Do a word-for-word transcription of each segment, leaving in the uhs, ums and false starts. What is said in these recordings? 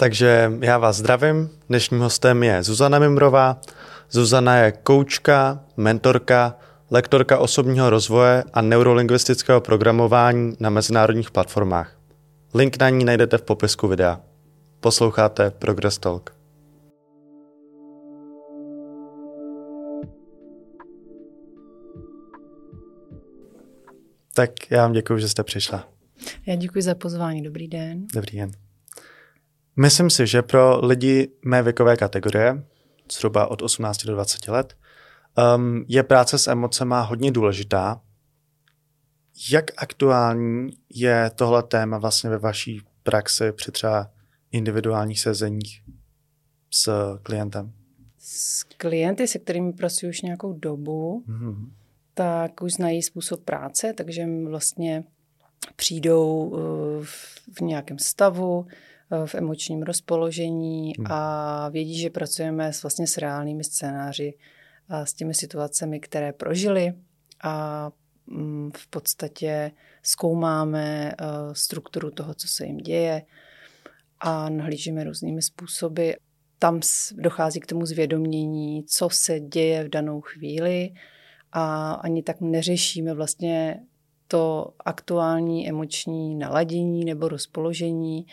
Takže já vás zdravím. Dnešním hostem je Zuzana Mimrová. Zuzana je koučka, mentorka, lektorka osobního rozvoje a neurolingvistického programování na mezinárodních platformách. Link na ní najdete v popisku videa. Posloucháte Progress Talk. Tak já vám děkuji, že jste přišla. Já děkuji za pozvání. Dobrý den. Dobrý den. Myslím si, že pro lidi mé věkové kategorie, zhruba od osmnácti do dvaceti let, um, je práce s emocema hodně důležitá. Jak aktuální je tohle téma vlastně ve vaší praxi při třeba individuálních sezeních s klientem? S klienty, se kterými pracuji už nějakou dobu, mm-hmm. tak už znají způsob práce, takže vlastně přijdou v nějakém stavu, v emočním rozpoložení hmm. a vědí, že pracujeme s, vlastně s reálnými scénáři a s těmi situacemi, které prožili a v podstatě zkoumáme strukturu toho, co se jim děje a nahlížíme různými způsoby. Tam dochází k tomu zvědomění, co se děje v danou chvíli a ani tak neřešíme vlastně to aktuální emoční naladění nebo rozpoložení.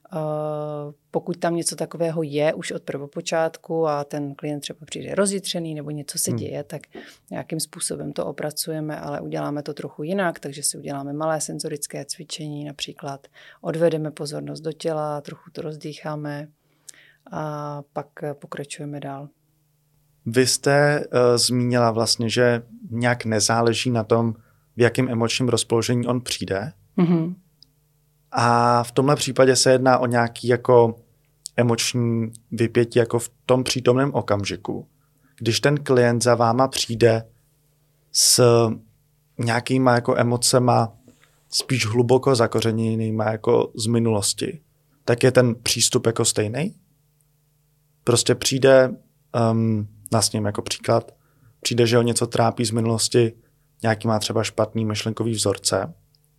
Pokud tam něco takového je už od prvopočátku a ten klient třeba přijde rozjitřený nebo něco se děje, tak nějakým způsobem to opracujeme, ale uděláme to trochu jinak, takže si uděláme malé senzorické cvičení, například odvedeme pozornost do těla, trochu to rozdýcháme a pak pokračujeme dál. Vy jste uh, zmínila vlastně, že nějak nezáleží na tom, v jakém emočním rozpoložení on přijde. Mm-hmm. A v tomhle případě se jedná o nějaký jako emoční vypětí jako v tom přítomném okamžiku. Když ten klient za váma přijde s nějakýma jako emocema spíš hluboko zakořeněnýma jako z minulosti, tak je ten přístup jako stejný? Prostě přijde, um, vlastně jako příklad, přijde, že ho něco trápí z minulosti, nějaký má třeba špatný myšlenkový vzorce,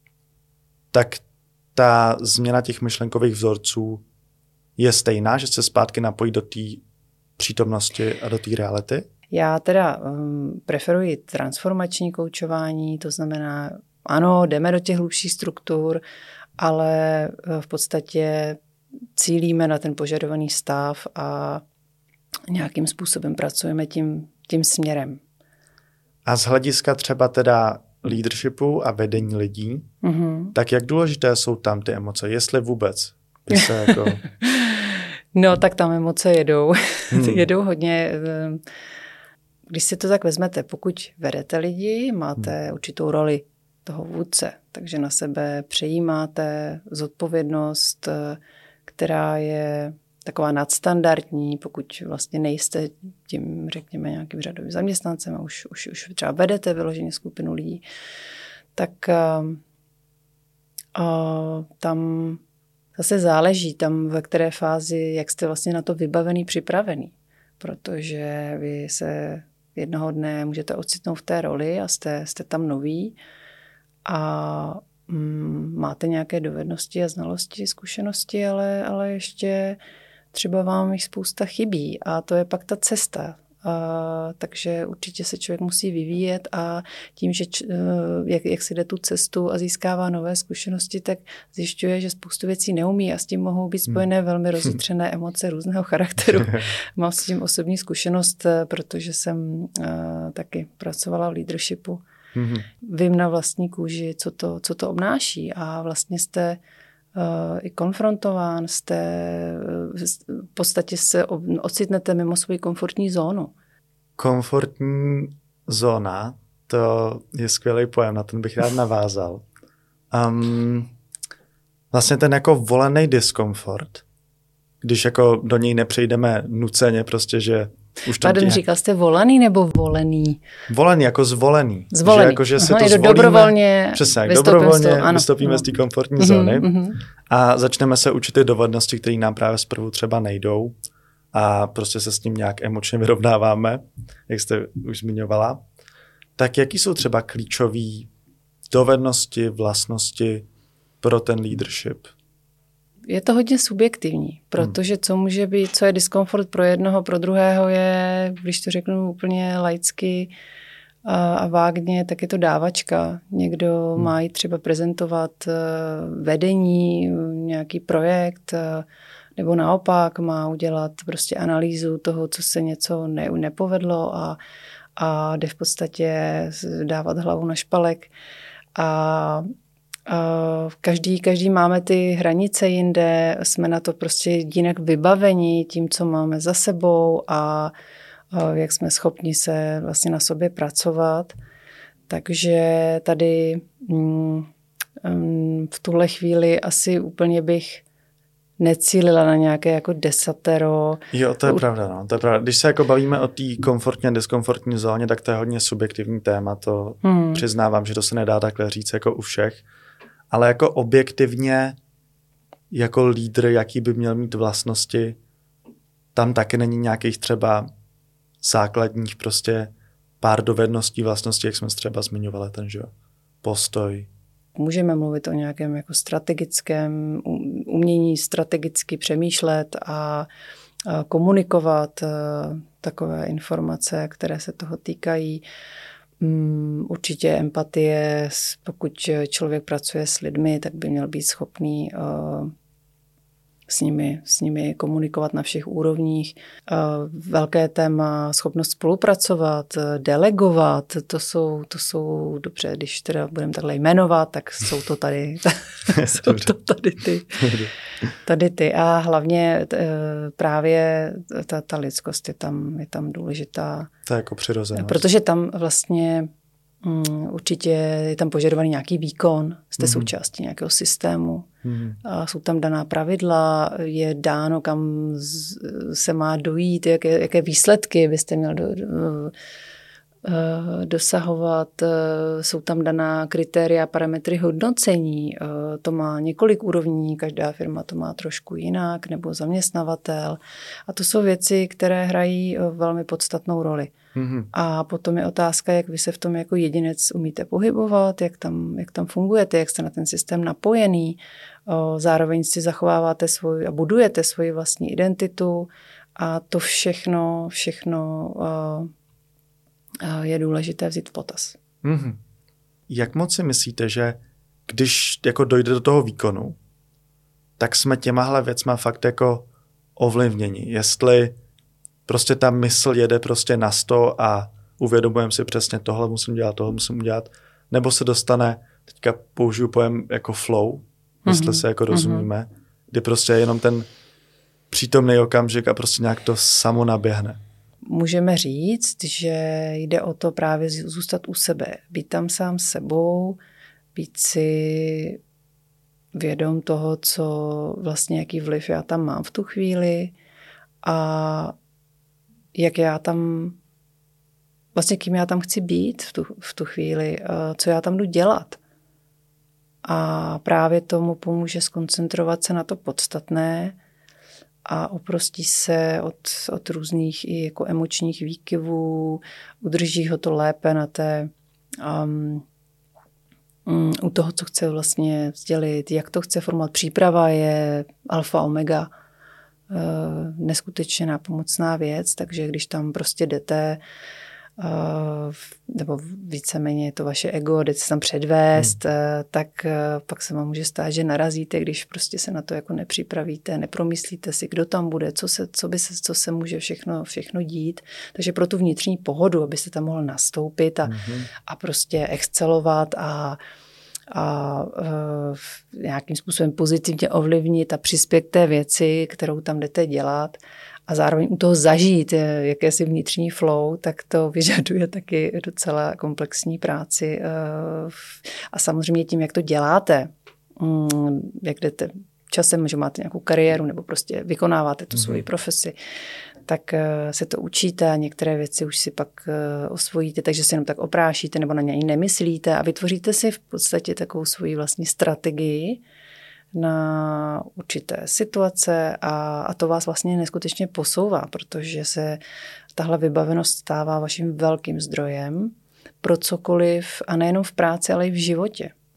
tak ta změna těch myšlenkových vzorců je stejná, že se zpátky napojí do té přítomnosti a do té reality? Já teda um, preferuji transformační koučování, to znamená, ano, jdeme do těch hlubších struktur, ale v podstatě cílíme na ten požadovaný stav a nějakým způsobem pracujeme tím, tím směrem. A z hlediska třeba teda leadershipu a vedení lidí, mm-hmm. tak jak důležité jsou tam ty emoce, jestli vůbec? Se jako... No, tak tam emoce jedou. Hmm. jedou hodně. Když si to tak vezmete, pokud vedete lidi, máte hmm. určitou roli toho vůdce, takže na sebe přejímáte zodpovědnost, která je taková nadstandardní, pokud vlastně nejste tím, řekněme, nějakým řadovým zaměstnancem a už, už, už třeba vedete vyloženě skupinu lidí, tak uh, uh, tam zase záleží tam, ve které fázi, jak jste vlastně na to vybavený, připravený. Protože vy se jednoho dne můžete ocitnout v té roli a jste, jste tam noví a mm, máte nějaké dovednosti a znalosti, zkušenosti, ale, ale ještě třeba vám jich spousta chybí a to je pak ta cesta. A, takže určitě se člověk musí vyvíjet a tím, že č, jak, jak si jde tu cestu a získává nové zkušenosti, tak zjišťuje, že spoustu věcí neumí a s tím mohou být spojené velmi rozjitřené emoce různého charakteru. Mám s tím osobní zkušenost, protože jsem a, taky pracovala v leadershipu. Mm-hmm. Vím na vlastní kůži, co to, co to obnáší a vlastně jste uh, i konfrontován, jste v podstatě se ocitnete mimo svou komfortní zónu. Komfortní zóna, to je skvělý pojem, na ten bych rád navázal. Um, vlastně ten jako volený diskomfort, když jako do něj nepřejdeme nuceně, prostě, že už tam... Pardon, říkal jste volený nebo volený? Volený, jako zvolený. Zvolený. Že jako, že si Aha, to zvolíme, dobrovolně přesně, jak dobrovolně z vystoupíme no. z té komfortní mm-hmm, zóny mm-hmm. a začneme se učit ty dovednosti, které nám právě zprvu třeba nejdou a prostě se s tím nějak emočně vyrovnáváme, jak jste už zmiňovala. Tak jaký jsou třeba klíčové dovednosti, vlastnosti pro ten leadership? je to hodně subjektivní, protože co může být, co je diskomfort pro jednoho, pro druhého je, když to řeknu úplně laicky a, a vágně, tak je to dávačka. Někdo hmm. má jít třeba prezentovat vedení, nějaký projekt, nebo naopak má udělat prostě analýzu toho, co se něco ne, nepovedlo a, a jde v podstatě dávat hlavu na špalek. A Uh, každý, každý máme ty hranice jinde, jsme na to prostě jinak vybavení tím, co máme za sebou a uh, jak jsme schopni se vlastně na sobě pracovat. Takže tady um, um, v tuhle chvíli asi úplně bych necílila na nějaké jako desatero. Jo, to je U... pravda, no. To je pravda. Když se jako bavíme o té komfortní a diskomfortní zóně, tak to je hodně subjektivní téma. To hmm. přiznávám, že to se nedá takhle říct jako u všech. Ale jako objektivně, jako lídr, jaký by měl mít vlastnosti, tam taky není nějakých třeba základních prostě pár dovedností, vlastností, jak jsme třeba zmiňovali, ten že postoj. Můžeme mluvit o nějakém jako strategickém umění strategicky přemýšlet a, a komunikovat a, takové informace, které se toho týkají. Určitě empatie, pokud člověk pracuje s lidmi, tak by měl být schopný uh, s nimi, s nimi komunikovat na všech úrovních. Uh, velké téma, schopnost spolupracovat, delegovat, to jsou, to jsou dobře, když teda budeme takhle jmenovat, tak jsou to tady, jsou to tady ty. Tady ty. A hlavně uh, právě ta, ta lidskost je tam, je tam důležitá. To je jako přirozenost. Protože tam vlastně um, určitě je tam požadovaný nějaký výkon, jste mm-hmm. součástí nějakého systému. Mm-hmm. A jsou tam daná pravidla, je dáno, kam z, se má dojít, jaké, jaké výsledky byste měl do, do, dosahovat. Jsou tam daná kritéria, parametry hodnocení. To má několik úrovní, každá firma to má trošku jinak, nebo zaměstnavatel. A to jsou věci, které hrají velmi podstatnou roli. Mm-hmm. A potom je otázka, jak vy se v tom jako jedinec umíte pohybovat, jak tam, jak tam fungujete, jak jste na ten systém napojený. Zároveň si zachováváte svůj a budujete svoji vlastní identitu a to všechno, všechno je důležité vzít v potaz. Mm-hmm. Jak moc si myslíte, že když jako dojde do toho výkonu, tak jsme těmahle věcma fakt jako ovlivněni? Jestli prostě ta mysl jede prostě na sto a uvědomujeme si přesně tohle musím dělat, tohle musím udělat, nebo se dostane, teďka použiju pojem jako flow, mm-hmm. jestli se jako rozumíme, mm-hmm. kdy prostě je jenom ten přítomný okamžik a prostě nějak to samo naběhne. Můžeme říct, že jde o to právě zůstat u sebe, být tam sám sebou, být si vědom toho, co vlastně, jaký vliv já tam mám v tu chvíli a jak já tam, vlastně kým já tam chci být v tu, v tu chvíli, co já tam jdu dělat. A právě tomu pomůže skoncentrovat se na to podstatné a oprostí se od, od různých i jako emočních výkyvů, udrží ho to lépe na té, um, um, u toho, co chce vlastně sdělit, jak to chce formovat. Příprava je alfa omega, uh, neskutečně nápomocná věc, takže když tam prostě jdete, Uh, nebo víceméně je to vaše ego, jdete se tam předvést, hmm. uh, tak uh, pak se vám může stát, že narazíte, když prostě se na to jako nepřipravíte, nepromyslíte si, kdo tam bude, co se, co by se, co se může všechno, všechno dít. Takže pro tu vnitřní pohodu, abyste tam mohl nastoupit a, hmm. a prostě excelovat a, a uh, nějakým způsobem pozitivně ovlivnit a přispět k té věci, kterou tam jdete dělat, a zároveň u toho zažít jakési vnitřní flow, tak to vyžaduje taky docela komplexní práci. A samozřejmě tím, jak to děláte, jak jdete časem, že máte nějakou kariéru nebo prostě vykonáváte tu svoji profesi, tak se to učíte a některé věci už si pak osvojíte, takže se jenom tak oprášíte nebo na něj nemyslíte a vytvoříte si v podstatě takovou svoji vlastní strategii na určité situace a, a to vás vlastně neskutečně posouvá, protože se tahle vybavenost stává vaším velkým zdrojem pro cokoliv a nejenom v práci, ale i v životě.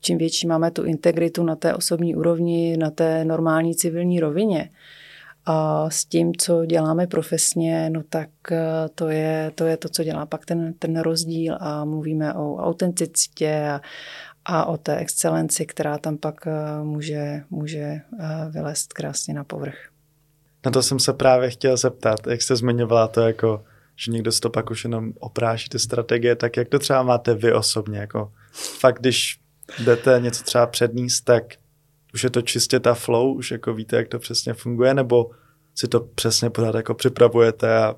čím větší máme tu integritu na té osobní úrovni, na té normální civilní rovině, a s tím, co děláme profesně, no tak to je to, je to co dělá pak ten, ten rozdíl a mluvíme o autenticitě a, a o té excelenci, která tam pak může, může vylézt krásně na povrch. Na to jsem se právě chtěl zeptat, jak jste zmiňovala to, jako, že někdo si to pak už jenom opráší ty strategie, tak jak to třeba máte vy osobně? Jako, fakt, když jdete něco třeba předníst, tak už je to čistě ta flow, už jako víte, jak to přesně funguje, nebo si to přesně pořád jako připravujete a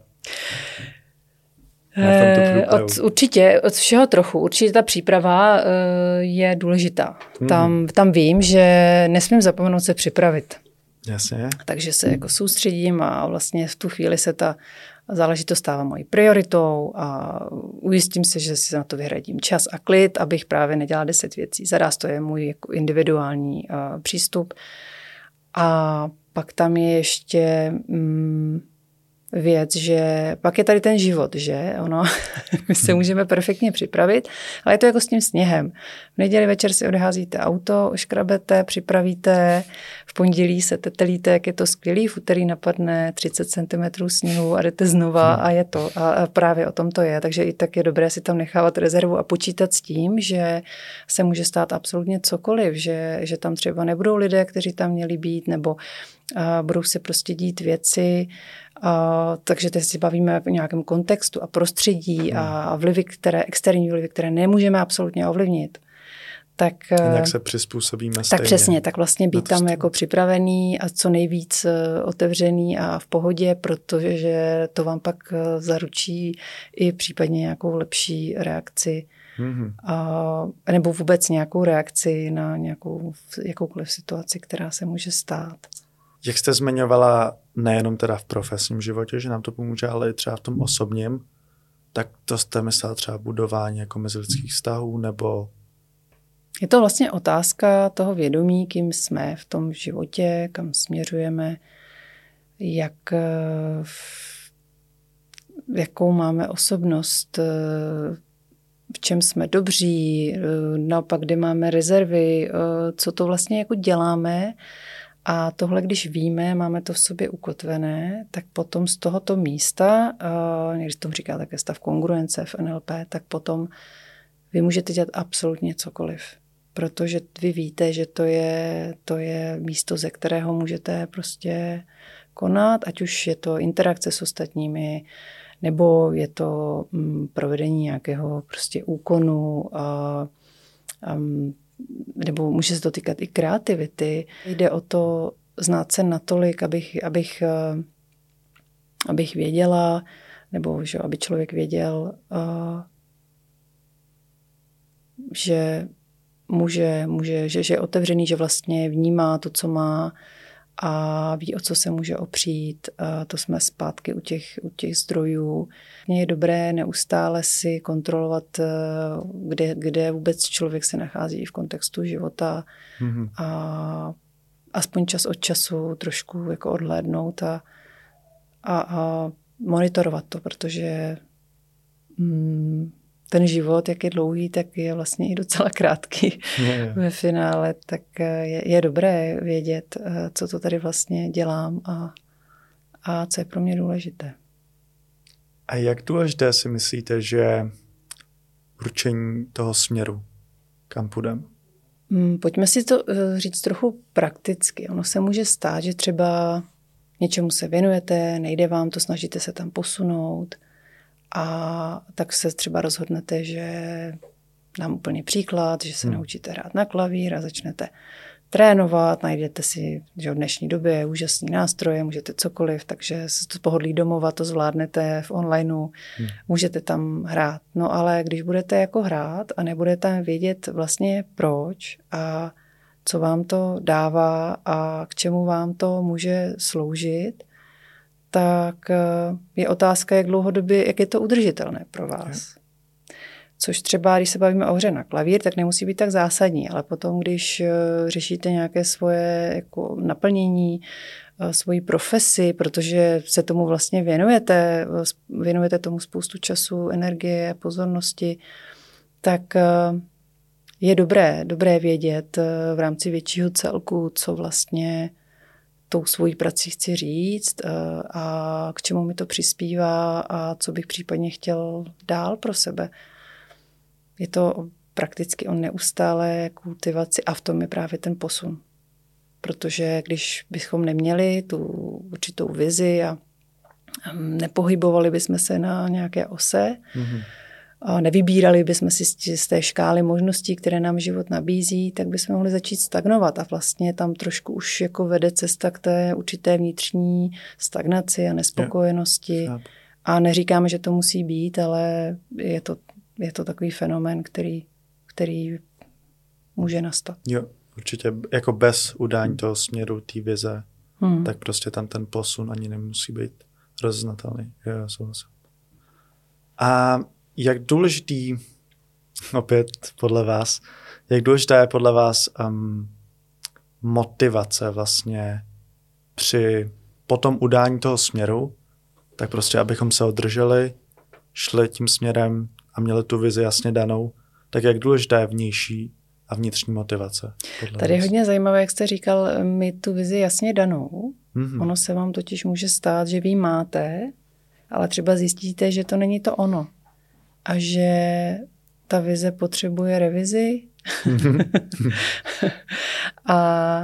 e, od, určitě, od všeho trochu. Určitě ta příprava e, je důležitá. Mm. Tam, tam vím, že nesmím zapomenout se připravit. Jasně. Takže se jako soustředím a vlastně v tu chvíli se ta záležitost stává mojí prioritou a ujistím se, že si na to vyhradím čas a klid, abych právě nedělala deset věcí. Zaraz to je můj jako individuální uh, přístup. A pak tam je ještě mm, věc, že pak je tady ten život, že ono, my se můžeme perfektně připravit, ale je to jako s tím sněhem. V neděli večer si odházíte auto, oškrabete, připravíte, v pondělí se tetelíte, jak je to skvělý, v úterý napadne třicet centimetrů sněhu a jdete znova a je to. A právě o tom to je, takže i tak je dobré si tam nechávat rezervu a počítat s tím, že se může stát absolutně cokoliv, že, že tam třeba nebudou lidé, kteří tam měli být, nebo a budou se prostě dít věci, a, takže teď si bavíme v nějakém kontextu a prostředí hmm. a vlivy, které, externí vlivy, které nemůžeme absolutně ovlivnit. Tak, jak se přizpůsobíme tak stejně. Přesně, tak vlastně být tam jako připravený a co nejvíc otevřený a v pohodě, protože to vám pak zaručí i případně nějakou lepší reakci mm-hmm. a, nebo vůbec nějakou reakci na nějakou jakoukoliv situaci, která se může stát. Jak jste zmiňovala, nejenom teda v profesním životě, že nám to pomůže, ale i třeba v tom osobním, tak to jste myslela třeba budování jako mezilidských vztahů, nebo... Je to vlastně otázka toho vědomí, kým jsme v tom životě, kam směřujeme, jak, jakou máme osobnost, v čem jsme dobří, naopak, kde máme rezervy, co to vlastně jako děláme. A tohle, když víme, máme to v sobě ukotvené, tak potom z tohoto místa, někdy se tomu říká také stav kongruence v N L P, tak potom vy můžete dělat absolutně cokoliv. Protože vy víte, že to je, to je místo, ze kterého můžete prostě konat, ať už je to interakce s ostatními, nebo je to mm, provedení nějakého prostě úkonu, a, a, nebo může se to týkat i kreativity. Jde o to znát se natolik, abych, abych, abych věděla, nebo že aby člověk věděl, že může, může, že, že je otevřený, že vlastně vnímá to, co má a ví, o co se může opřít. A to jsme zpátky u těch, u těch zdrojů. Je dobré neustále si kontrolovat, kde, kde vůbec člověk se nachází v kontextu života mm-hmm. a aspoň čas od času trošku jako odhlédnout a, a, a monitorovat to, protože mm, ten život, jak je dlouhý, tak je vlastně i docela krátký yeah. ve finále, tak je, je dobré vědět, co to tady vlastně dělám a, a co je pro mě důležité. A jak důležité si myslíte, že určení toho směru, kam půjdeme? Pojďme si to říct trochu prakticky. Ono se může stát, že třeba něčemu se věnujete, nejde vám to, snažíte se tam posunout, a tak se třeba rozhodnete, že dám úplně příklad, že se hmm. naučíte hrát na klavír a začnete trénovat, najdete si, že v dnešní době je úžasný nástroje, můžete cokoliv, takže z pohodlí domova to zvládnete v onlineu, hmm. můžete tam hrát. No ale když budete jako hrát a nebudete vědět vlastně proč a co vám to dává a k čemu vám to může sloužit, tak je otázka, jak dlouhodobě, jak je to udržitelné pro vás. Což třeba, když se bavíme o hře na klavír, tak nemusí být tak zásadní, ale potom, když řešíte nějaké svoje jako naplnění, svoji profesi, protože se tomu vlastně věnujete, věnujete tomu spoustu času, energie, pozornosti, tak je dobré, dobré vědět v rámci většího celku, co vlastně tou svojí prací chci říct a k čemu mi to přispívá a co bych případně chtěl dál pro sebe. Je to prakticky o neustálé kultivaci a v tom je právě ten posun. Protože když bychom neměli tu určitou vizi a nepohybovali bychom se na nějaké ose, mm-hmm. a nevybírali bychom si z té škály možností, které nám život nabízí, tak bychom mohli začít stagnovat a vlastně tam trošku už jako vede cesta k té určité vnitřní stagnaci a nespokojenosti. Yeah. A neříkáme, že to musí být, ale je to, je to takový fenomén, který, který může nastat. Jo, určitě jako bez udání toho směru, té vize, hmm. tak prostě tam ten posun ani nemusí být rozeznatelný. Jo, souhlasím. A jak důležitý, opět podle vás, jak důležitá je podle vás um, motivace vlastně při potom udání toho směru, tak prostě abychom se održeli, šli tím směrem a měli tu vizi jasně danou, tak jak důležitá je vnější a vnitřní motivace? Tady je hodně zajímavé, jak jste říkal, mít tu vizi jasně danou. Mm-hmm. Ono se vám totiž může stát, že vy ji máte, ale třeba zjistíte, že to není to ono. A že ta vize potřebuje revizi. a,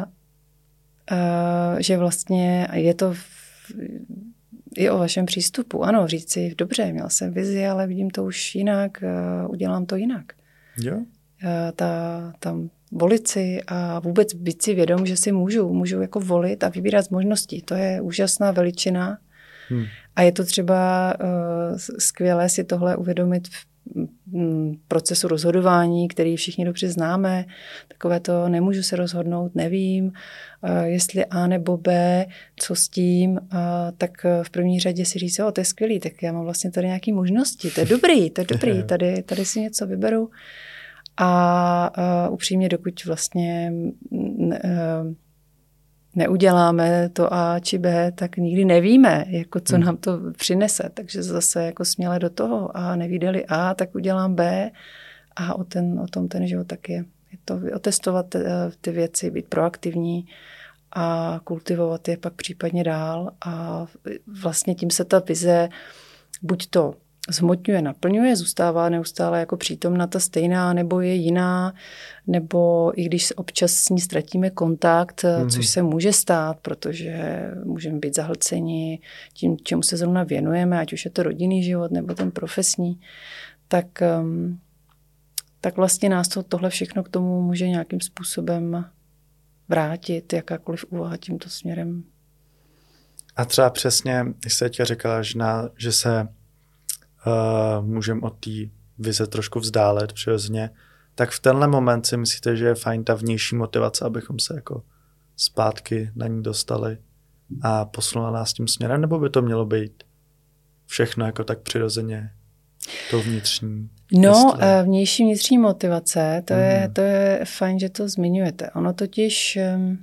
a že vlastně je to v, i o vašem přístupu. Ano, říct si, dobře, měl jsem vizi, ale vidím to už jinak, udělám to jinak. Jo. Ta, tam volit si a vůbec být si vědom, že si můžu, můžu jako volit a vybírat z možností. To je úžasná veličina. Hmm. A je to třeba uh, skvělé si tohle uvědomit v m, procesu rozhodování, který všichni dobře známe. Takové to nemůžu se rozhodnout, nevím, uh, jestli A nebo B, co s tím. Uh, tak v první řadě si říct, o, to je skvělý, tak já mám vlastně tady nějaké možnosti. To je dobrý, to je dobrý, tady, tady si něco vyberu. A uh, upřímně, dokud vlastně uh, neuděláme to A či B, tak nikdy nevíme, jako co hmm. nám to přinese. Takže zase jako směle do toho a nevídeli A, tak udělám B a o, ten, o tom ten život tak je. Je to otestovat ty věci, být proaktivní a kultivovat je pak případně dál a vlastně tím se ta vize buď to zhmotňuje, naplňuje, zůstává neustále jako přítomna ta stejná, nebo je jiná, nebo i když občas s ní ztratíme kontakt, mm-hmm. což se může stát, protože můžeme být zahlceni tím, čemu se zrovna věnujeme, ať už je to rodinný život, nebo ten profesní, tak, tak vlastně nás to, tohle všechno k tomu může nějakým způsobem vrátit, jakákoliv úvaha tímto směrem. A třeba přesně, když jste tě říkala, že, na, že se Uh, můžeme od té vize trošku vzdálet přirozeně, tak v tenhle moment si myslíte, že je fajn ta vnější motivace, abychom se jako zpátky na ní dostali a posunula nás tím směrem, nebo by to mělo být všechno jako tak přirozeně to vnitřní? No, jestli... vnější vnitřní motivace, to, mm. je, to je fajn, že to zmiňujete. Ono totiž... Um...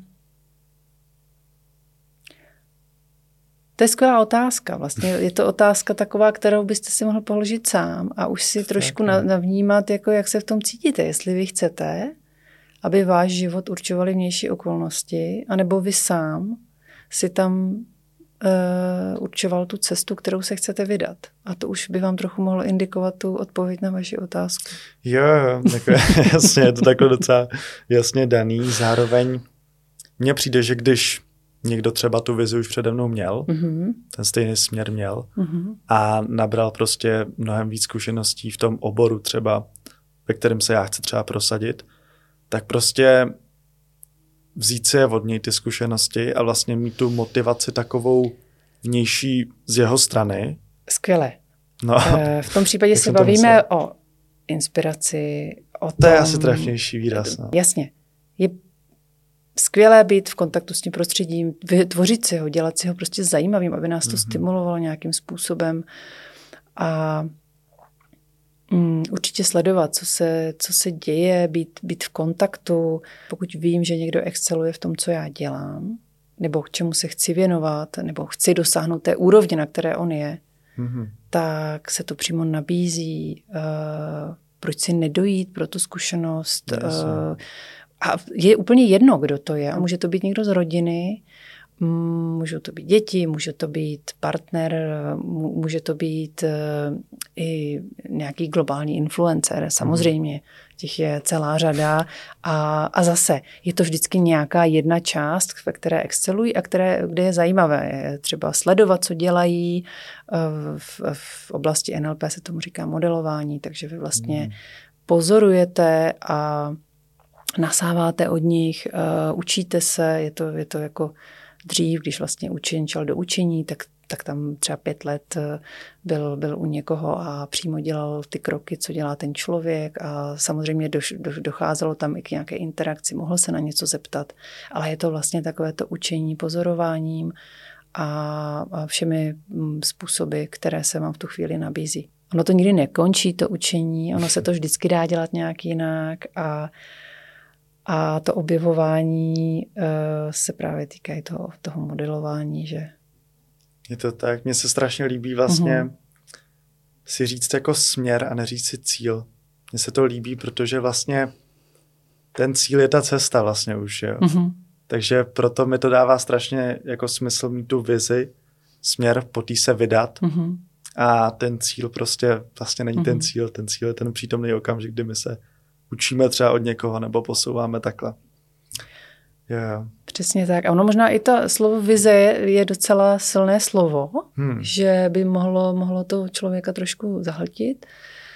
To je skvělá otázka. Vlastně je to otázka taková, kterou byste si mohl položit sám a už si trošku navnímat, jako jak se v tom cítíte. Jestli vy chcete, aby váš život určovaly vnější okolnosti, anebo vy sám si tam uh, určoval tu cestu, kterou se chcete vydat. A to už by vám trochu mohlo indikovat tu odpověď na vaši otázku. Jo, takové, jasně, je to takhle docela jasně daný. Zároveň mně přijde, že když někdo třeba tu vizi už přede mnou měl, mm-hmm. ten stejný směr měl mm-hmm. a nabral prostě mnohem víc zkušeností v tom oboru třeba, ve kterém se já chci třeba prosadit, tak prostě vzít si je od něj ty zkušenosti a vlastně mít tu motivaci takovou vnější z jeho strany. Skvěle. No, v tom případě se bavíme o inspiraci, o tom... To je asi trefnější výraz. No. Jasně. Je skvělé být v kontaktu s tím prostředím, vytvořit si ho, dělat si ho prostě zajímavým, aby nás to mm-hmm. stimulovalo nějakým způsobem a mm, určitě sledovat, co se, co se děje, být, být v kontaktu. Pokud vím, že někdo exceluje v tom, co já dělám, nebo k čemu se chci věnovat, nebo chci dosáhnout té úrovně, na které on je, mm-hmm. tak se to přímo nabízí uh, proč si nedojít pro tu zkušenost. Yes. A je úplně jedno, kdo to je. A může to být někdo z rodiny, můžou to být děti, může to být partner, může to být i nějaký globální influencer, samozřejmě. Těch je celá řada. A, a zase je to vždycky nějaká jedna část, ve které excelují a které, kde je zajímavé. Je třeba sledovat, co dělají. V, v oblasti N L P se tomu říká modelování, takže vy vlastně hmm. pozorujete a nasáváte od nich, uh, učíte se, je to, je to jako dřív, když vlastně učení šel do učení, tak, tak tam třeba pět let byl, byl u někoho a přímo dělal ty kroky, co dělá ten člověk a samozřejmě do, do, docházelo tam i k nějaké interakci, mohl se na něco zeptat, ale je to vlastně takové to učení pozorováním a, a všemi způsoby, které se vám v tu chvíli nabízí. Ono to nikdy nekončí, to učení, ono se to vždycky dá dělat nějak jinak a A to objevování uh, se právě týká toho, toho modelování, že... Je to tak. Mně se strašně líbí vlastně uh-huh. si říct jako směr a neříct si cíl. Mně se to líbí, protože vlastně ten cíl je ta cesta vlastně už, jo. Uh-huh. Takže proto mi to dává strašně jako smysl mít tu vizi, směr, po tý se vydat uh-huh. a ten cíl prostě vlastně není uh-huh. ten cíl. Ten cíl je ten přítomný okamžik, kdy my se učíme třeba od někoho nebo posouváme takhle. Yeah. Přesně tak. A ono možná i to slovo vize je docela silné slovo, hmm. že by mohlo, mohlo to člověka trošku zahltit.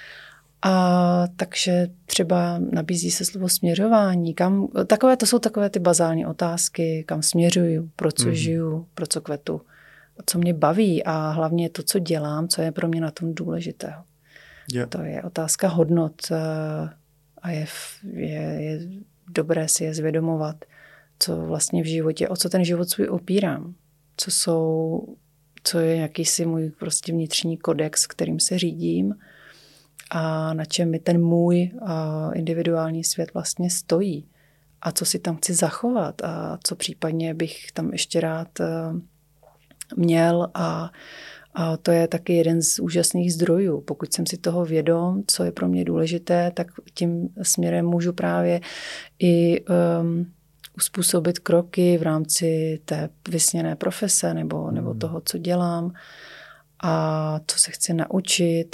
A takže třeba nabízí se slovo směřování. Kam, takové, to jsou takové ty bazální otázky, kam směřuju, pro co hmm. žiju, pro co kvetu, co mě baví a hlavně to, co dělám, co je pro mě na tom důležitého. Yeah. To je otázka hodnot a je, je, je dobré si je zvědomovat, co vlastně v životě, o co ten život svůj opírám, co jsou, co je jakýsi můj prostě vnitřní kodex, kterým se řídím a na čem mi ten můj individuální svět vlastně stojí a co si tam chci zachovat a co případně bych tam ještě rád měl a A to je taky jeden z úžasných zdrojů. Pokud jsem si toho vědom, co je pro mě důležité, tak tím směrem můžu právě i um, uspůsobit kroky v rámci té vysněné profese nebo, hmm. nebo toho, co dělám a co se chci naučit.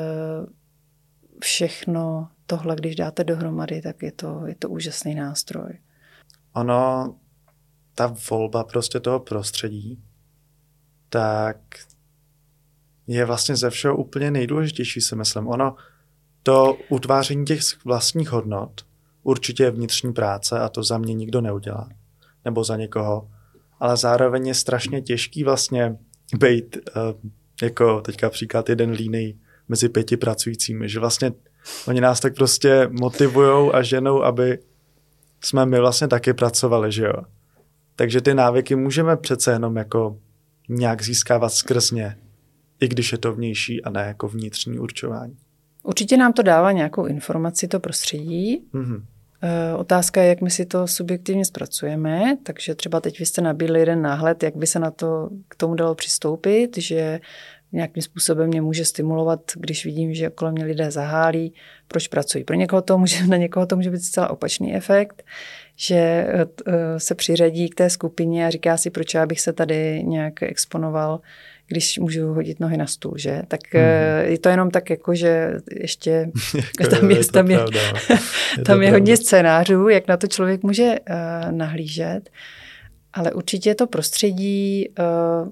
Všechno tohle, když dáte dohromady, tak je to, je to úžasný nástroj. Ono, ta volba prostě toho prostředí, tak je vlastně ze všeho úplně nejdůležitější, si myslím. Ono, to utváření těch vlastních hodnot určitě je vnitřní práce a to za mě nikdo neudělá. Nebo za někoho. Ale zároveň je strašně těžký vlastně být, jako teďka příklad, jeden línej mezi pěti pracujícími. Že vlastně oni nás tak prostě motivujou a ženou, aby jsme my vlastně taky pracovali, že jo. Takže ty návyky můžeme přece jenom jako nějak získávat skrz ně, i když je to vnější a ne jako vnitřní určování. Určitě nám to dává nějakou informaci, to prostředí. Mm-hmm. E, otázka je, jak my si to subjektivně zpracujeme, takže třeba teď vy jste nabídli jeden náhled, jak by se na to k tomu dalo přistoupit, že nějakým způsobem mě může stimulovat, když vidím, že okolo mě lidé zahálí, proč pracují. Pro někoho to může, na někoho to může být zcela opačný efekt, že se přiřadí k té skupině a říká si, proč já bych se tady nějak exponoval, když můžu hodit nohy na stůl, že? Tak mm-hmm. je to jenom tak jako, že ještě tam je, je, tam je, je, tam je hodně scénářů, jak na to člověk může uh, nahlížet, ale určitě je to prostředí, uh,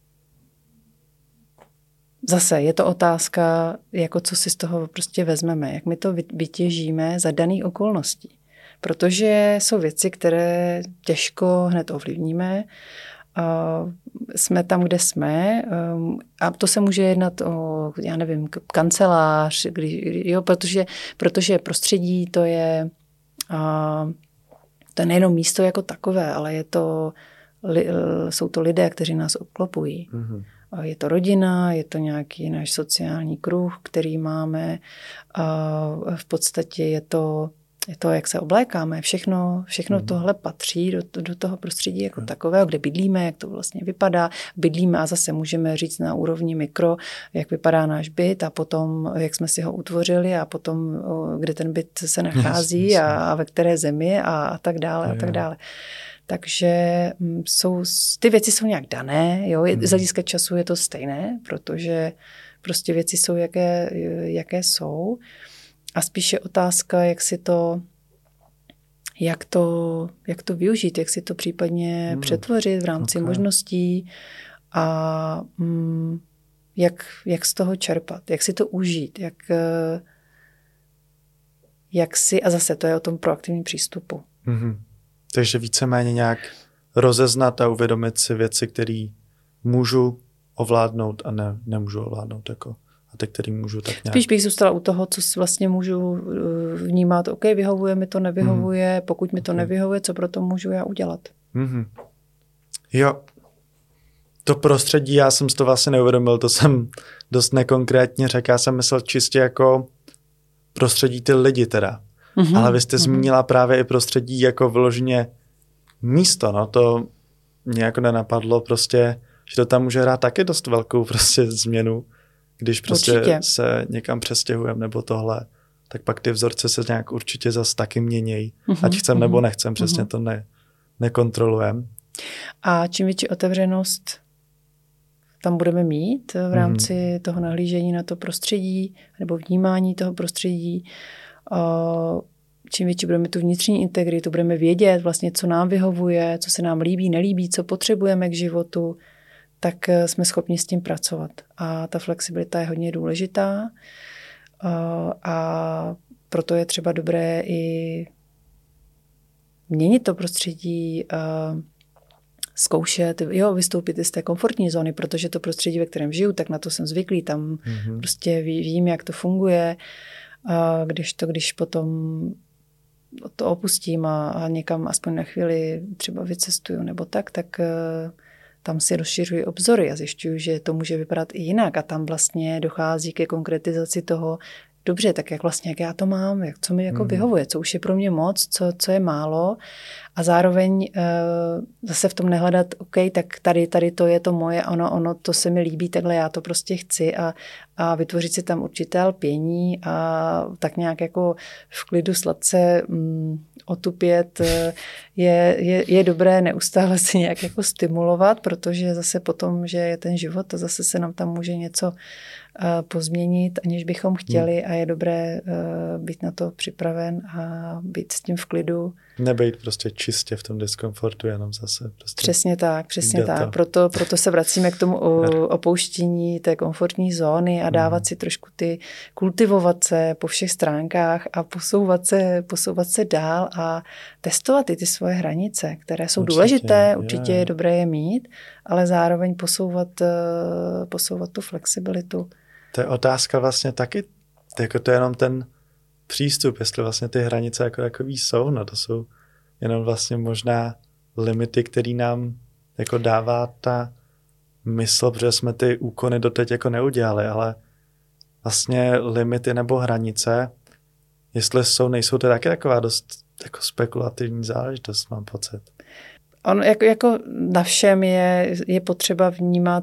zase je to otázka, jako co si z toho prostě vezmeme, jak my to vytěžíme za daných okolností. Protože jsou věci, které těžko hned ovlivníme. Uh, jsme tam, kde jsme um, a to se může jednat o, já nevím, kancelář, kdy, jo, protože, protože prostředí to je, uh, to je nejenom místo jako takové, ale je to, li, jsou to lidé, kteří nás obklopují. Mm-hmm. Uh, je to rodina, je to nějaký náš sociální kruh, který máme. Uh, v podstatě je to je to, jak se oblékáme, všechno, všechno mm. tohle patří do, do toho prostředí jako mm. takového, kde bydlíme, jak to vlastně vypadá. Bydlíme a zase můžeme říct na úrovni mikro, jak vypadá náš byt a potom, jak jsme si ho utvořili a potom, kde ten byt se nachází yes, yes, a, a ve které zemi a, a tak dále a tak dále. Takže jsou, ty věci jsou nějak dané, jo? Mm. Z hlediska času je to stejné, protože prostě věci jsou, jaké, jaké jsou. A spíše otázka, jak si to, jak to, jak to využít, jak si to případně mm. přetvořit v rámci okay. možností a mm, jak, jak z toho čerpat, jak si to užít, jak, jak si, a zase to je o tom proaktivním přístupu. Mm-hmm. Takže víceméně nějak rozeznat a uvědomit si věci, které můžu ovládnout a ne, nemůžu ovládnout. Jako. A ty, který můžu tak nějak... Spíš bych zůstala u toho, co si vlastně můžu vnímat. OK, vyhovuje mi to, nevyhovuje. Mm. Pokud mi to okay. nevyhovuje, co pro to můžu já udělat? Mm-hmm. Jo. To prostředí, já jsem si to vlastně neuvědomil, to jsem dost nekonkrétně řekl. Já jsem myslel čistě jako prostředí ty lidi teda. Mm-hmm. Ale vy jste mm-hmm. zmínila právě i prostředí jako vyloženě místo. No to mě jako nenapadlo prostě, že to tam může hrát taky dost velkou prostě změnu. Když prostě určitě. Se někam přestěhujeme nebo tohle, tak pak ty vzorce se nějak určitě zase taky měnějí. Mm-hmm. Ať chcem mm-hmm. nebo nechcem, přesně mm-hmm. to ne, nekontrolujeme. A čím větší otevřenost tam budeme mít v rámci mm-hmm. toho nahlížení na to prostředí nebo vnímání toho prostředí, čím větší budeme tu vnitřní integritu, budeme vědět vlastně, co nám vyhovuje, co se nám líbí, nelíbí, co potřebujeme k životu, tak jsme schopni s tím pracovat. A ta flexibilita je hodně důležitá a proto je třeba dobré i měnit to prostředí, zkoušet, jo, vystoupit z té komfortní zóny, protože to prostředí, ve kterém žiju, tak na to jsem zvyklý, tam mm-hmm. prostě vím, jak to funguje. A když to, když potom to opustím a, a někam aspoň na chvíli třeba vycestuju nebo tak, tak tam si rozšiřuji obzory a zjišťuju, že to může vypadat i jinak a tam vlastně dochází ke konkretizaci toho, dobře, tak jak vlastně, jak já to mám, jak, co mi jako mm. vyhovuje, co už je pro mě moc, co, co je málo a zároveň e, zase v tom nehledat, OK, tak tady, tady to je to moje, ono, ono, to se mi líbí, takhle já to prostě chci a, a vytvořit si tam určité lpění a tak nějak jako v klidu sladce mm, otupět je, je, je dobré neustále si nějak jako stimulovat, protože zase potom, že je ten život a zase se nám tam může něco pozměnit, aniž bychom chtěli a je dobré uh, být na to připraven a být s tím v klidu. Nebejt prostě čistě v tom diskomfortu, jenom zase. Prostě přesně tak, přesně tak. Proto, proto se vracíme k tomu opouštění té komfortní zóny a dávat mm. si trošku ty, kultivovat se po všech stránkách a posouvat se, posouvat se dál a testovat i ty svoje hranice, které jsou určitě důležité, určitě je. je dobré je mít, ale zároveň posouvat, posouvat tu flexibilitu. To je otázka vlastně taky, jako to je jenom ten přístup, jestli vlastně ty hranice jako takový jsou, no to jsou jenom vlastně možná limity, které nám jako dává ta mysl, protože jsme ty úkony doteď jako neudělali, ale vlastně limity nebo hranice, jestli jsou, nejsou, to je taky taková dost jako spekulativní záležitost, mám pocit. On jako, jako na všem je, je potřeba vnímat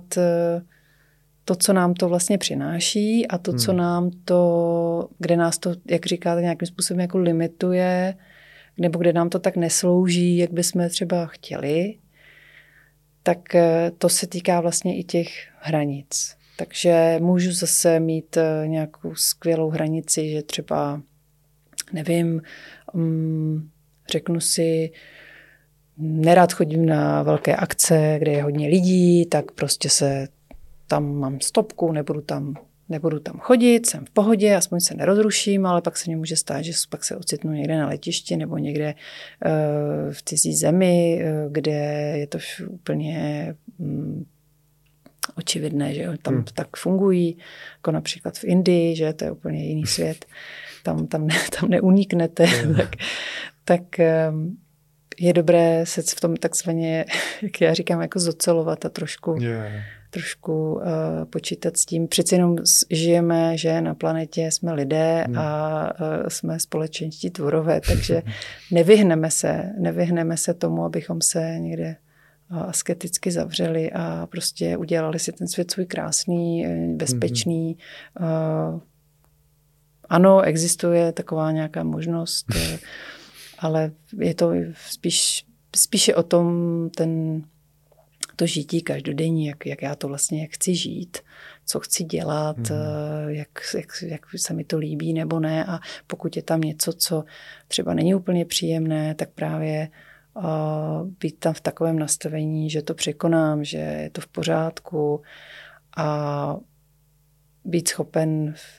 to, co nám to vlastně přináší a to, hmm. co nám to, kde nás to, jak říkáte, nějakým způsobem jako limituje, nebo kde nám to tak neslouží, jak bychom třeba chtěli, tak to se týká vlastně i těch hranic. Takže můžu zase mít nějakou skvělou hranici, že třeba, nevím, um, řeknu si, nerad chodím na velké akce, kde je hodně lidí, tak prostě se tam mám stopku, nebudu tam, nebudu tam chodit, jsem v pohodě, aspoň se nerozruším, ale pak se mě může stát, že pak se ocitnu někde na letišti nebo někde uh, v cizí zemi, uh, kde je to úplně um, očividné, že tam hmm. tak fungují, jako například v Indii, že to je úplně jiný svět, tam, tam, ne, tam neuniknete, hmm. tak, tak um, je dobré se v tom takzvaně, jak já říkám, jako zocelovat a trošku, yeah. trošku uh, počítat s tím. Přeci jenom žijeme, že na planetě jsme lidé hmm. a uh, jsme společenští tvorové, takže nevyhneme se, nevyhneme se tomu, abychom se někde uh, asketicky zavřeli a prostě udělali si ten svět svůj krásný, bezpečný. Hmm. Uh, ano, existuje taková nějaká možnost, ale je to spíš, spíše o tom ten to žití každodenní, jak, jak já to vlastně, jak chci žít, co chci dělat, mm. jak, jak, jak se mi to líbí nebo ne. A pokud je tam něco, co třeba není úplně příjemné, tak právě uh, být tam v takovém nastavení, že to překonám, že je to v pořádku a být schopen v,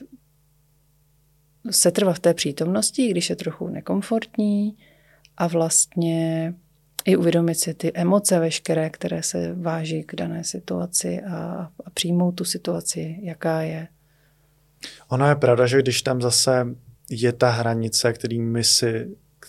setrvat v té přítomnosti, když je trochu nekomfortní a vlastně i uvědomit si ty emoce veškeré, které se váží k dané situaci a, a přijmout tu situaci, jaká je. Ono je pravda, že když tam zase je ta hranice, který my si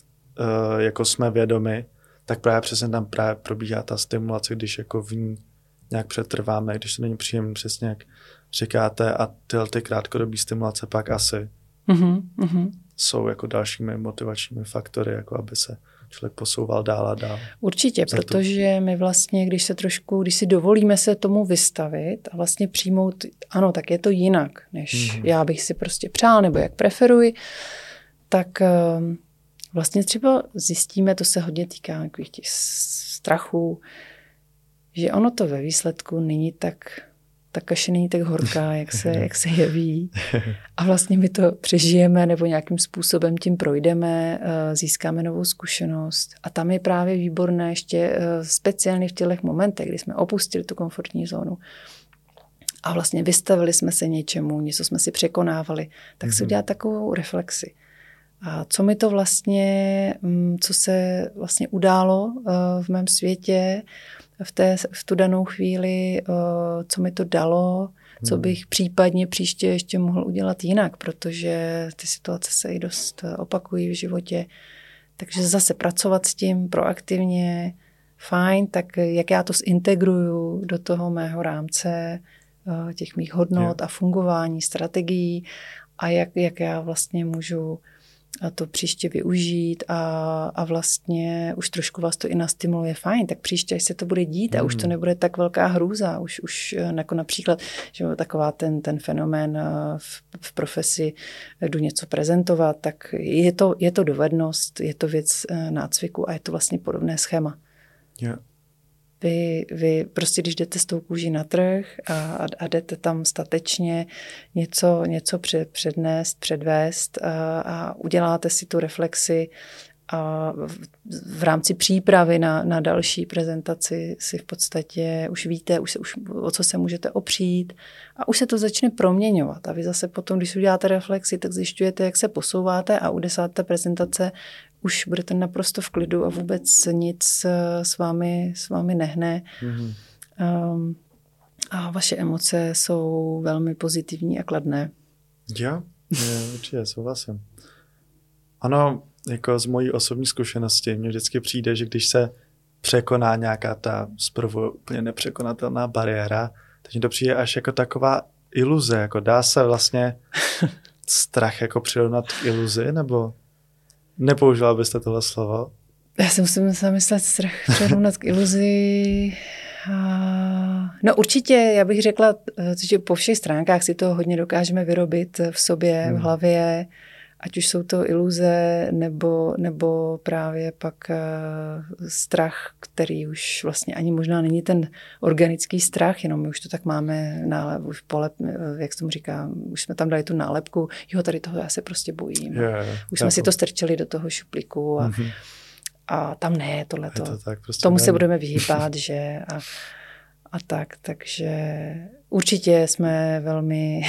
uh, jako jsme vědomi, tak právě přesně tam právě probíhá ta stimulace, když jako v ní nějak přetrváme, když to není příjemné, přesně jak říkáte, a tyhle ty krátkodobé stimulace pak asi mm-hmm, mm-hmm. jsou jako dalšími motivačními faktory, jako aby se člověk posouval dál a dál. Určitě, protože my vlastně, když se trošku, když si dovolíme se tomu vystavit a vlastně přijmout, ano, tak je to jinak, než mm-hmm. já bych si prostě přál, nebo jak preferuji, tak vlastně třeba zjistíme, to se hodně týká takových těch strachů, že ono to ve výsledku není tak, ta kaše není tak horká, jak se, jak se jeví. A vlastně my to přežijeme nebo nějakým způsobem tím projdeme, získáme novou zkušenost. A tam je právě výborné ještě speciálně v těch momentech, kdy jsme opustili tu komfortní zónu a vlastně vystavili jsme se něčemu, něco jsme si překonávali, tak si udělat takovou reflexi. A co mi to vlastně, co se vlastně událo v mém světě, v, té, v tu danou chvíli, co mi to dalo, co bych případně příště ještě mohl udělat jinak, protože ty situace se i dost opakují v životě. Takže zase pracovat s tím proaktivně, fajn, tak jak já to zintegruju do toho mého rámce, těch mých hodnot a fungování, strategií a jak, jak já vlastně můžu a to příště využít a, a vlastně už trošku vás to i nastimuluje, fajn, tak příště, až se to bude dít a mm. už to nebude tak velká hrůza, už, už jako například, že taková ten, ten fenomén v, v profesi, jdu něco prezentovat, tak je to, je to dovednost, je to věc nácviku a je to vlastně podobné schéma. Yeah. Vy, vy prostě, když jdete s tou kůží na trh a, a, a jdete tam statečně něco, něco před, přednést, předvést a, a uděláte si tu reflexi a v, v rámci přípravy na, na další prezentaci si v podstatě už víte, už se, už, o co se můžete opřít a už se to začne proměňovat. A vy zase potom, když uděláte reflexi, tak zjišťujete, jak se posouváte a u desáté prezentace už budete naprosto v klidu a vůbec nic s vámi, s vámi nehne. Mm-hmm. Um, a vaše emoce jsou velmi pozitivní a kladné. Jo, je, určitě, souhlasím. Ano, jako z mojí osobní zkušenosti mně vždycky přijde, že když se překoná nějaká ta zprvu úplně nepřekonatelná bariéra, tak mi to přijde až jako taková iluze, jako dá se vlastně strach jako přirovnat k iluzi, nebo nepoužila byste tohle slovo? Já si musím zamyslet, strach přirovnat k iluzi. No určitě, já bych řekla, že po všech stránkách si to hodně dokážeme vyrobit v sobě, hmm. v hlavě, ať už jsou to iluze, nebo, nebo právě pak strach, který už vlastně ani možná není ten organický strach, jenom my už to tak máme nálev, už polep, jak se tomu říká, už jsme tam dali tu nálepku, jo, tady toho já se prostě bojím. Yeah, už jsme jako... si to strčili do toho šuplíku a, mm-hmm. a tam ne, tohleto. To tak, prostě tomu ne. Se budeme vyhýbat, že a, a tak, takže určitě jsme velmi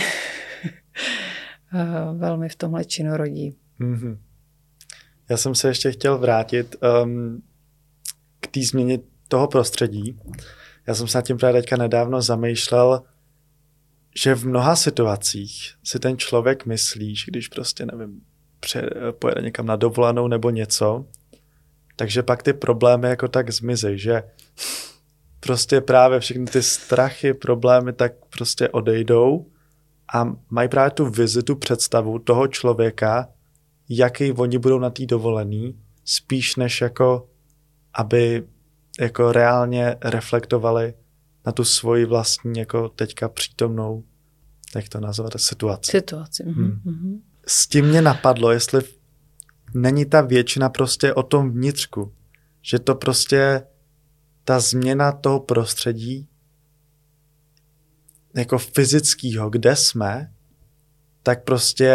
velmi v tomhle činorodí. Mm-hmm. Já jsem se ještě chtěl vrátit um, k té změně toho prostředí. Já jsem se nad tím právě teďka nedávno zamýšlel, že v mnoha situacích si ten člověk myslí, že když prostě, nevím, pře- pojede někam na dovolenou nebo něco, takže pak ty problémy jako tak zmizí, že prostě právě všechny ty strachy, problémy tak prostě odejdou a mají právě tu vizi, tu představu toho člověka, jaký oni budou na té dovolený, spíš než jako, aby jako reálně reflektovali na tu svoji vlastní jako teďka přítomnou, jak to nazvat, situaci. Situaci. Hmm. Mm-hmm. S tím mě napadlo, jestli není ta většina prostě o tom vnitřku, že to prostě ta změna toho prostředí jako fyzického, kde jsme, tak prostě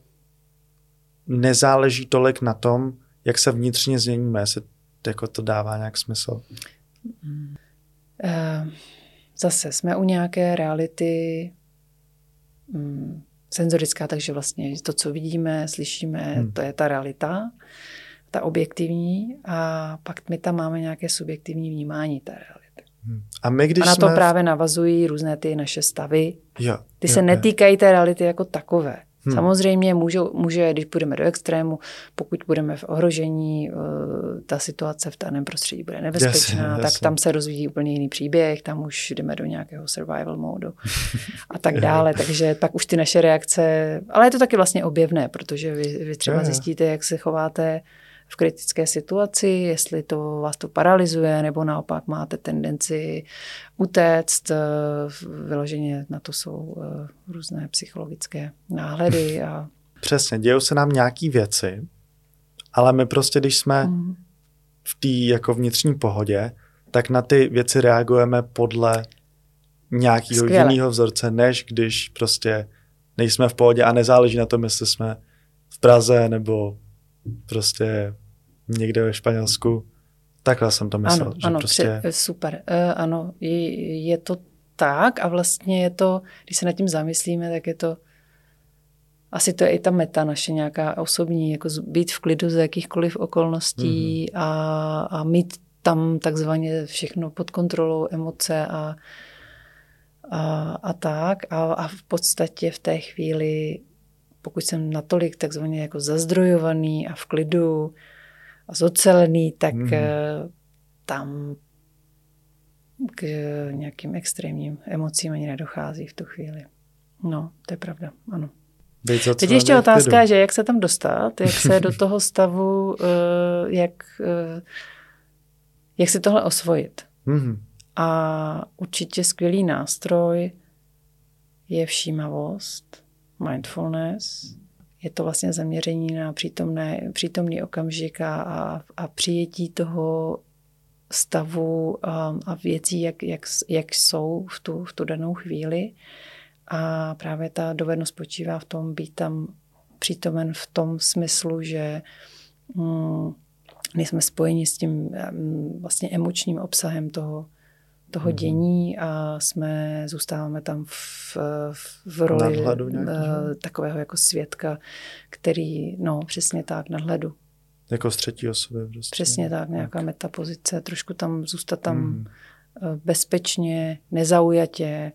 nezáleží tolik na tom, jak se vnitřně změníme, jestli jako to dává nějak smysl. Zase jsme u nějaké reality mm, senzorická, takže vlastně to, co vidíme, slyšíme, hmm. to je ta realita, ta objektivní, a pak my tam máme nějaké subjektivní vnímání té reality. Hmm. A, my, když a na jsme... to právě navazují různé ty naše stavy. Jo, ty jo, se jo. netýkají té reality jako takové. Hmm. Samozřejmě můžou, může, když půjdeme do extrému, pokud budeme v ohrožení, ta situace v daném prostředí bude nebezpečná, jasně, tak jasně. Tam se rozvíjí úplně jiný příběh, tam už jdeme do nějakého survival módu a tak dále. Takže pak už ty naše reakce, ale je to taky vlastně objevné, protože vy, vy třeba zjistíte, jak se chováte v kritické situaci, jestli to vás to paralyzuje, nebo naopak máte tendenci utéct. Vyloženě na to jsou různé psychologické náhledy. A... Přesně, dějou se nám nějaký věci, ale my prostě, když jsme mm. v té jako vnitřní pohodě, tak na ty věci reagujeme podle nějakého jiného vzorce, než když prostě nejsme v pohodě a nezáleží na tom, jestli jsme v Praze nebo prostě někde ve Španělsku. Takhle jsem to myslel. Ano, že ano prostě... při, super. Uh, ano, je, je to tak a vlastně je to, když se nad tím zamyslíme, tak je to, asi to je i ta meta naše nějaká osobní, jako být v klidu za jakýchkoliv okolností mm-hmm. a, a mít tam takzvaně všechno pod kontrolou, emoce a, a, a tak. A, a v podstatě v té chvíli, pokud jsem natolik takzvaně jako zazdrojovaný a v klidu a zocelený, tak mm. tam k nějakým extrémním emocím ani nedochází v tu chvíli. No, to je pravda, ano. Teď ještě otázka, že jak se tam dostat, jak se do toho stavu, jak, jak si tohle osvojit. Mm. A určitě skvělý nástroj je všímavost, mindfulness. Je to vlastně zaměření na přítomné, přítomný okamžik a, a, a přijetí toho stavu a, a věcí, jak, jak, jak jsou v tu, v tu danou chvíli. A právě ta dovednost spočívá v tom být tam přítomen v tom smyslu, že mm, nejsme spojeni s tím mm, vlastně emočním obsahem toho, toho dění a jsme, zůstáváme tam v, v roli takového jako svědka, který, no přesně tak, nadhledu. Jako z třetí osoby. Prostě. Přesně tak, nějaká tak. Metapozice, trošku tam zůstat tam hmm. bezpečně, nezaujatě,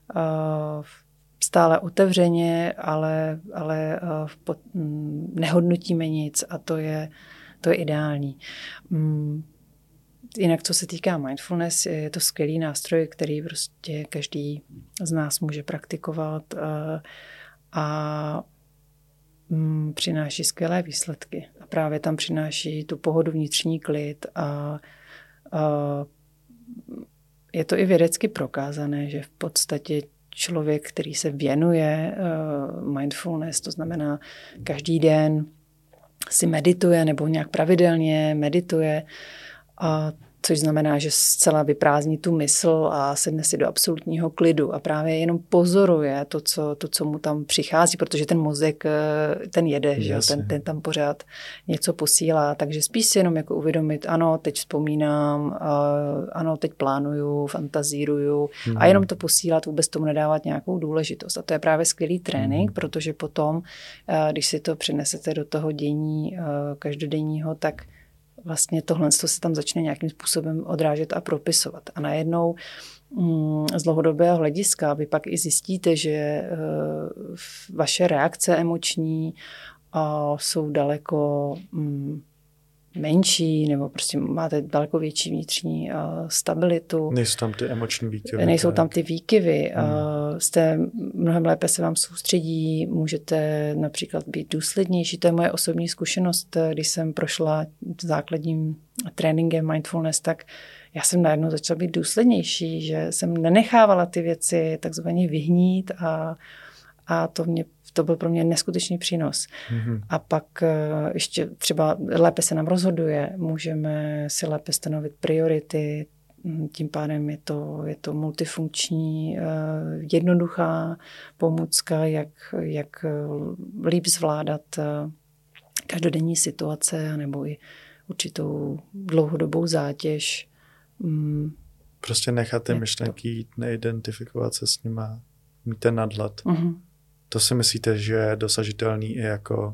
stále otevřeně, ale, ale nehodnotíme nic a to je, to je ideální. Jinak, co se týká mindfulness, je to skvělý nástroj, který prostě každý z nás může praktikovat a, a mm, přináší skvělé výsledky. A právě tam přináší tu pohodu, vnitřní klid a, a je to i vědecky prokázané, že v podstatě člověk, který se věnuje uh, mindfulness, to znamená každý den si medituje nebo nějak pravidelně medituje, a což znamená, že zcela vyprázdní tu mysl a sedne si do absolutního klidu a právě jenom pozoruje to, co, to, co mu tam přichází, protože ten mozek, ten jede, že? Ten, ten tam pořád něco posílá, takže spíš si jenom jako uvědomit, ano, teď vzpomínám, ano, teď plánuju, fantazíruju hmm. a jenom to posílat, vůbec tomu nedávat nějakou důležitost. A to je právě skvělý trénink, hmm. protože potom, když si to přinesete do toho dění každodenního, tak vlastně tohle se tam začne nějakým způsobem odrážet a propisovat. A najednou mm, z dlouhodobého hlediska vy pak i zjistíte, že uh, vaše reakce emoční uh, jsou daleko mm, menší, nebo prostě máte daleko větší vnitřní uh, stabilitu. Nejsou tam ty emoční výkyvy. Nejsou tam ty výkyvy. Hmm. Uh, jste, mnohem lépe se vám soustředí, můžete například být důslednější. To je moje osobní zkušenost, když jsem prošla základním tréninkem mindfulness, tak já jsem najednou začala být důslednější, že jsem nenechávala ty věci takzvaně vyhnít a, a to, mě, to byl pro mě neskutečný přínos. Mm-hmm. A pak ještě třeba lépe se nám rozhoduje, můžeme si lépe stanovit priority, tím pádem je to, je to multifunkční, jednoduchá pomůcka, jak, jak líp zvládat každodenní situace nebo i určitou dlouhodobou zátěž. Prostě nechat ty myšlenky jít, neidentifikovat se s nima, mít ten nadhled. Uh-huh. To si myslíte, že je dosažitelný i jako,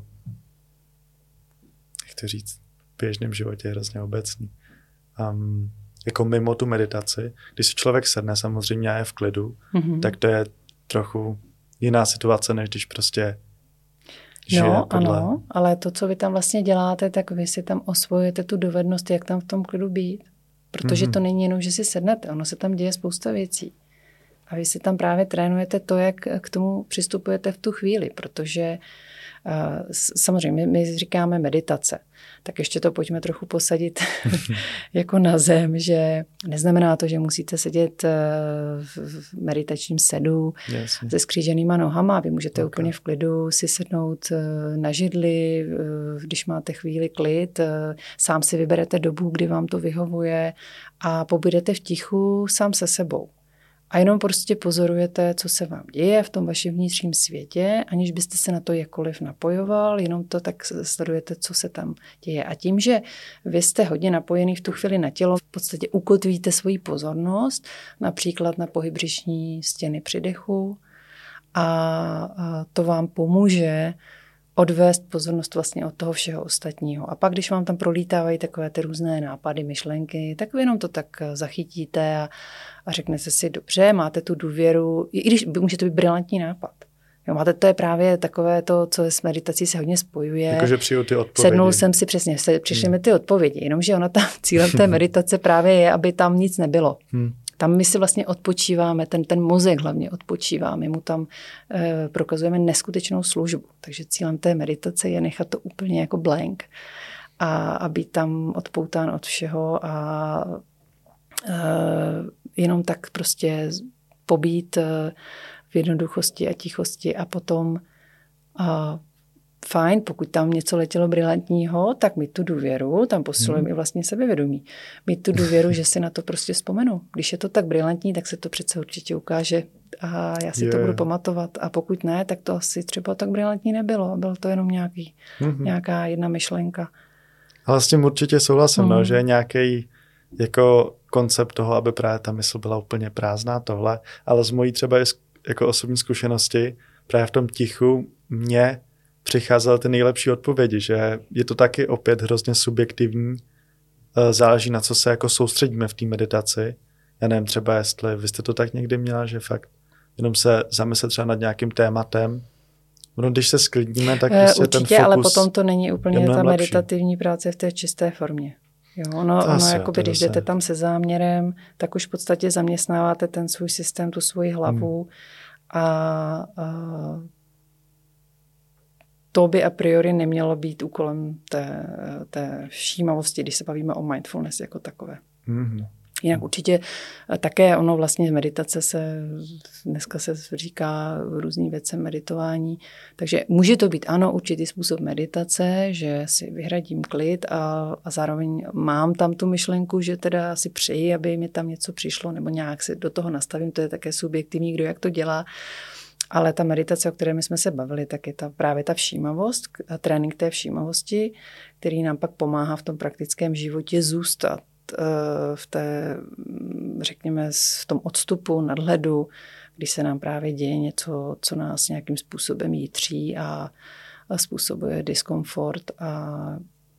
jak to říct, v běžném životě je hrozně obecný. Um, jako mimo tu meditaci, když si člověk sedne samozřejmě a je v klidu, uh-huh. tak to je trochu jiná situace, než když prostě žije no, podle... ano, ale to, co vy tam vlastně děláte, tak vy si tam osvojujete tu dovednost, jak tam v tom klidu být. Protože mm-hmm. to není jenom, že si sednete, ono se tam děje spousta věcí. A vy si tam právě trénujete to, jak k tomu přistupujete v tu chvíli, protože uh, samozřejmě my říkáme meditace, tak ještě to pojďme trochu posadit jako na zem, že neznamená to, že musíte sedět uh, v meditačním sedu yes. se skříženýma nohama. Vy můžete okay. úplně v klidu si sednout uh, na židli, uh, když máte chvíli klid, uh, sám si vyberete dobu, kdy vám to vyhovuje a pobudete v tichu sám se sebou. A jenom prostě pozorujete, co se vám děje v tom vašem vnitřním světě, aniž byste se na to jakkoliv napojoval, jenom to tak sledujete, co se tam děje. A tím, že vy jste hodně napojený v tu chvíli na tělo, v podstatě ukotvíte svoji pozornost, například na pohyb břišní stěny při dechu a to vám pomůže odvést pozornost vlastně od toho všeho ostatního. A pak, když vám tam prolítávají takové ty různé nápady, myšlenky, tak vy jenom to tak zachytíte a, a řeknete si, dobře, máte tu důvěru, i když může to být brilantní nápad. Jo, máte, to je právě takové to, co s meditací se hodně spojuje. Jakože přijdu ty odpovědi. Sednul jsem si přesně, přišly hmm. mi ty odpovědi, jenomže ona tam, cílem té meditace právě je, aby tam nic nebylo. Hmm. Tam my si vlastně odpočíváme, ten, ten mozek hlavně odpočívá, my mu tam e, prokazujeme neskutečnou službu. Takže cílem té meditace je nechat to úplně jako blank a, a být tam odpoután od všeho a e, jenom tak prostě pobít e, v jednoduchosti a tichosti a potom a, fajn, pokud tam něco letělo brilantního, tak mít tu důvěru, tam posilujeme hmm. i vlastně sebevědomí. Mít tu důvěru, že si na to prostě vzpomenu. Když je to tak brilantní, tak se to přece určitě ukáže a já si yeah. to budu pamatovat. A pokud ne, tak to asi třeba tak brilantní nebylo. Bylo to jenom nějaký, hmm. nějaká jedna myšlenka. Ale s tím určitě souhlasím, hmm. no, že je nějaký jako koncept toho, aby právě ta mysl byla úplně prázdná tohle, ale z mojí třeba jako osobní zkušenosti právě v tom tichu mě přicházely ty nejlepší odpovědi, že je to taky opět hrozně subjektivní, záleží na co se jako soustředíme v té meditaci. Já nevím třeba, jestli vy jste to tak někdy měla, že fakt jenom se zamyslet třeba nad nějakým tématem. No, když se sklidníme, tak prostě určitě, ten fokus ale potom to není úplně ta lepší. meditativní práce v té čisté formě. Jo, ono, ono jakoby, když jdete tam se záměrem, tak už v podstatě zaměstnáváte ten svůj systém, tu svoji hlavu hmm. a, a to by a priori nemělo být úkolem té, té všímavosti, když se bavíme o mindfulness jako takové. Mm-hmm. Jinak určitě také ono vlastně meditace se, dneska se říká různý věcem meditování, takže může to být ano určitý způsob meditace, že si vyhradím klid a, a zároveň mám tam tu myšlenku, že teda si přeji, aby mi tam něco přišlo nebo nějak si do toho nastavím, to je také subjektivní, kdo jak to dělá. Ale ta meditace, o které my jsme se bavili, tak je ta, právě ta všímavost, a trénink té všímavosti, který nám pak pomáhá v tom praktickém životě zůstat v té, řekněme, v tom odstupu, nadhledu, když se nám právě děje něco, co nás nějakým způsobem jitří a, a způsobuje diskomfort a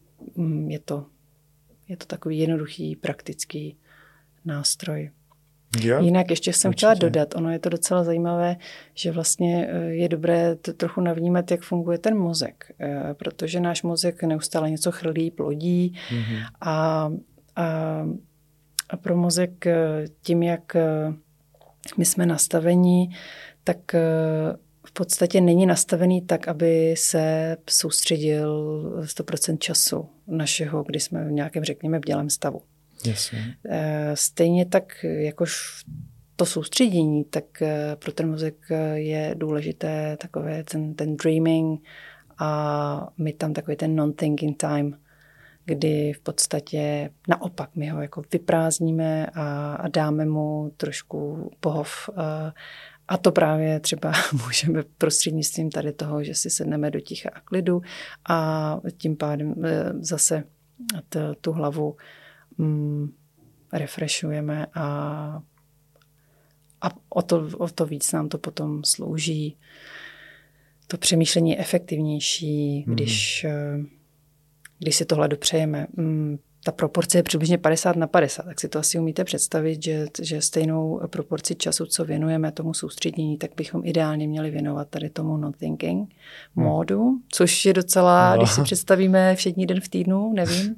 je to, je to takový jednoduchý, praktický nástroj. Jo, Jinak ještě jsem určitě. chtěla dodat, ono je to docela zajímavé, že vlastně je dobré to trochu navnímat, jak funguje ten mozek, protože náš mozek neustále něco chrlí, plodí mm-hmm. a, a, a pro mozek tím, jak my jsme nastavení, tak v podstatě není nastavený tak, aby se soustředil sto procent času našeho, kdy jsme v nějakém, řekněme, bdělém stavu. Jasně. Stejně tak, jakož to soustředění, tak pro ten mozek je důležité takové ten, ten dreaming a mít tam takový ten non-thinking time, kdy v podstatě naopak my ho jako vyprázdníme a, a dáme mu trošku pohov. A, a to právě třeba můžeme prostřednictvím tady toho, že si sedneme do ticha a klidu a tím pádem zase t, tu hlavu mm, refreshujeme a, a o, to, o to víc nám to potom slouží. To přemýšlení je efektivnější, když, mm. když si tohle dopřejeme. Mm, ta proporce je přibližně padesát na padesát, tak si to asi umíte představit, že, že stejnou proporci času, co věnujeme tomu soustředění, tak bychom ideálně měli věnovat tady tomu non-thinking hmm. módu, což je docela, no. Když si představíme všední den v týdnu, nevím.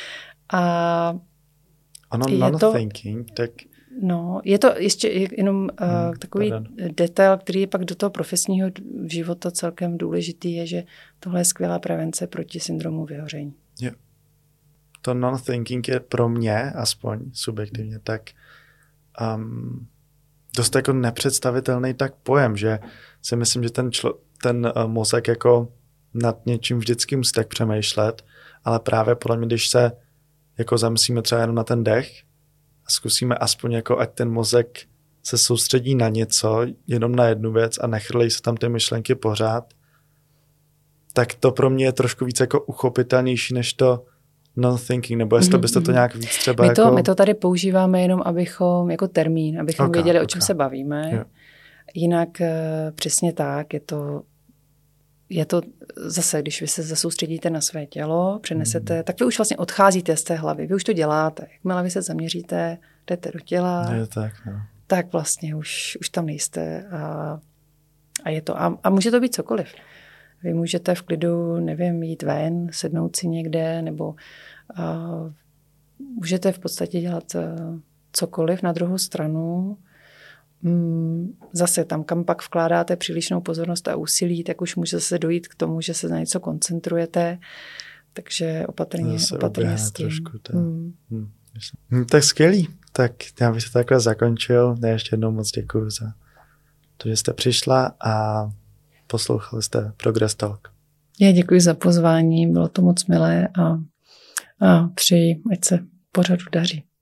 A ano, non-thinking, tak... No, je to ještě jenom hmm, uh, takový pardon. detail, který je pak do toho profesního života celkem důležitý, je, že tohle je skvělá prevence proti syndromu vyhoření. Jo. To non-thinking je pro mě, aspoň subjektivně, tak um, dost jako nepředstavitelný tak pojem, že si myslím, že ten, člo, ten uh, mozek jako nad něčím vždycky musí tak přemýšlet, ale právě podle mě, když se jako zamyslíme třeba jenom na ten dech a zkusíme aspoň jako, ať ten mozek se soustředí na něco, jenom na jednu věc a nechrlej se tam ty myšlenky pořád, tak to pro mě je trošku víc jako uchopitelnější než to non-thinking, nebo jestli mm-hmm. byste to nějak víc třeba my to, jako... My to tady používáme jenom, abychom, jako termín, abychom okay, věděli, o čem okay. se bavíme. Yeah. Jinak přesně tak, je to, je to zase, když vy se zasoustředíte na své tělo, přenesete, mm. tak vy už vlastně odcházíte z té hlavy, vy už to děláte. Jakmile vy se zaměříte, jdete do těla, je tak, no. tak vlastně už, už tam nejste a, a je to, a, a může to být cokoliv. Vy můžete v klidu, nevím, jít ven, sednout si někde, nebo uh, můžete v podstatě dělat uh, cokoliv. Na druhou stranu, um, zase tam, kam pak vkládáte přílišnou pozornost a úsilí, tak už může se dojít k tomu, že se na něco koncentrujete. Takže opatrně, opatrně s tím. Trošku, hmm. Hmm. Hmm, tak skvělý. Tak já bych se takhle zakončil. Já ještě jednou moc děkuju za to, že jste přišla a poslouchali jste Progress Talk. Já děkuji za pozvání, bylo to moc milé a, a přeji, ať se pořadu daří.